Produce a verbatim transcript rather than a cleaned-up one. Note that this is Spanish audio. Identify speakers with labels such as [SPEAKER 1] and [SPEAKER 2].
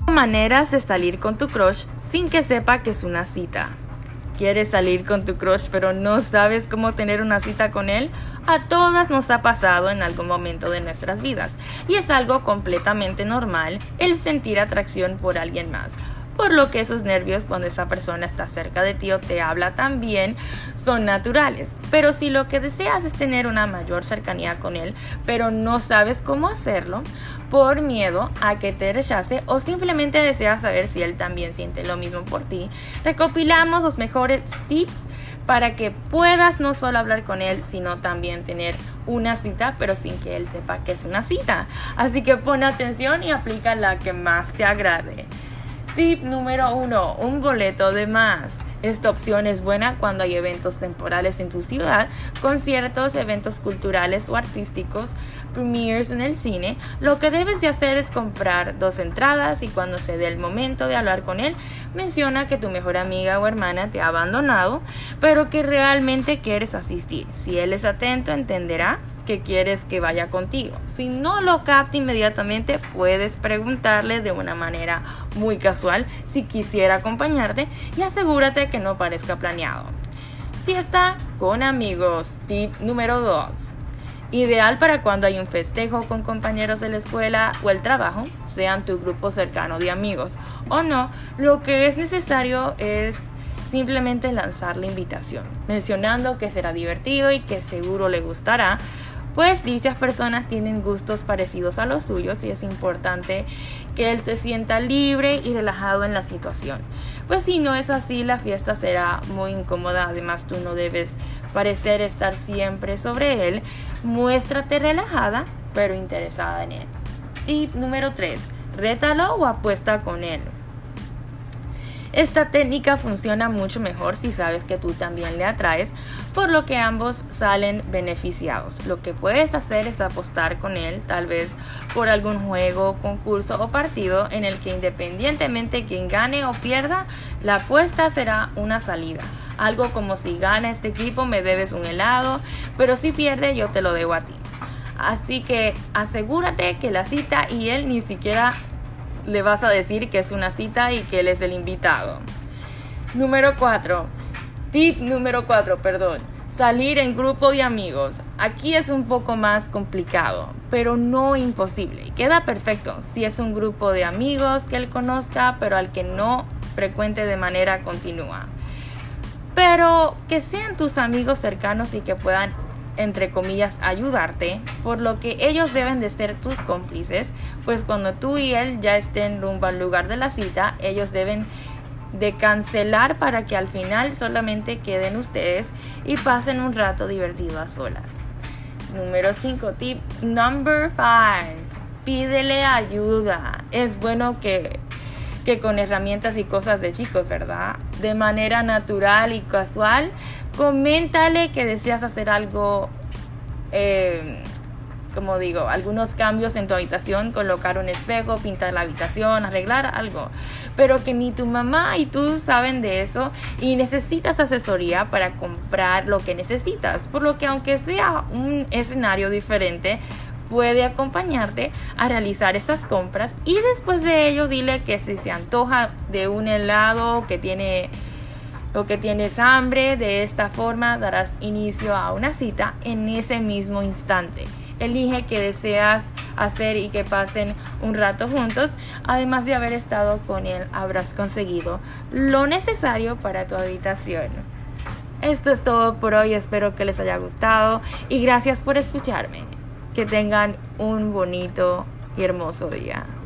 [SPEAKER 1] Maneras de salir con tu crush sin que sepa que es una cita. ¿Quieres salir con tu crush pero no sabes cómo tener una cita con él? A todas nos ha pasado en algún momento de nuestras vidas y es algo completamente normal el sentir atracción por alguien más. Por lo que esos nervios cuando esa persona está cerca de ti o te habla también son naturales. Pero si lo que deseas es tener una mayor cercanía con él, pero no sabes cómo hacerlo, por miedo a que te rechace o simplemente deseas saber si él también siente lo mismo por ti, recopilamos los mejores tips para que puedas no solo hablar con él, sino también tener una cita, pero sin que él sepa que es una cita. Así que pon atención y aplica la que más te agrade. Tip número uno, un boleto de más. Esta opción es buena cuando hay eventos temporales en tu ciudad, conciertos, eventos culturales o artísticos, premieres en el cine. Lo que debes de hacer es comprar dos entradas y cuando se dé el momento de hablar con él, menciona que tu mejor amiga o hermana te ha abandonado, pero que realmente quieres asistir. Si él es atento, entenderá que quieres que vaya contigo. Si no lo capta inmediatamente, puedes preguntarle de una manera muy casual si quisiera acompañarte y asegúrate que no parezca planeado. Fiesta con amigos. Tip número dos. Ideal para cuando hay un festejo con compañeros de la escuela o el trabajo, sean tu grupo cercano de amigos o no, lo que es necesario es simplemente lanzar la invitación, mencionando que será divertido y que seguro le gustará, pues dichas personas tienen gustos parecidos a los suyos y es importante que él se sienta libre y relajado en la situación. Pues si no es así, la fiesta será muy incómoda. Además, tú no debes parecer estar siempre sobre él. Muéstrate relajada, pero interesada en él. Tip número tres. Rétalo o apuesta con él. Esta técnica funciona mucho mejor si sabes que tú también le atraes, por lo que ambos salen beneficiados. Lo que puedes hacer es apostar con él, tal vez por algún juego, concurso o partido en el que independientemente quien gane o pierda, la apuesta será una salida. Algo como si gana este equipo me debes un helado, pero si pierde yo te lo debo a ti. Así que asegúrate que la cita y él ni siquiera le vas a decir que es una cita y que él es el invitado. Número cuatro. Tip número cuatro, perdón. Salir en grupo de amigos. Aquí es un poco más complicado, pero no imposible. Y queda perfecto si es un grupo de amigos que él conozca, pero al que no frecuente de manera continua. Pero que sean tus amigos cercanos y que puedan, entre comillas, ayudarte, por lo que ellos deben de ser tus cómplices, pues cuando tú y él ya estén rumbo al lugar de la cita, ellos deben de cancelar para que al final solamente queden ustedes y pasen un rato divertido a solas. Número cinco. Tip number five. Pídele ayuda. Es bueno que que con herramientas y cosas de chicos, ¿verdad? De manera natural y casual, coméntale que deseas hacer algo, eh, como digo, algunos cambios en tu habitación, colocar un espejo, pintar la habitación, arreglar algo, pero que ni tu mamá y tú saben de eso y necesitas asesoría para comprar lo que necesitas, por lo que aunque sea un escenario diferente, puede acompañarte a realizar esas compras y después de ello dile que si se antoja de un helado que tiene o que tienes hambre, de esta forma darás inicio a una cita en ese mismo instante. Elige qué deseas hacer y que pasen un rato juntos. Además de haber estado con él, habrás conseguido lo necesario para tu habitación. Esto es todo por hoy, espero que les haya gustado y gracias por escucharme. Que tengan un bonito y hermoso día.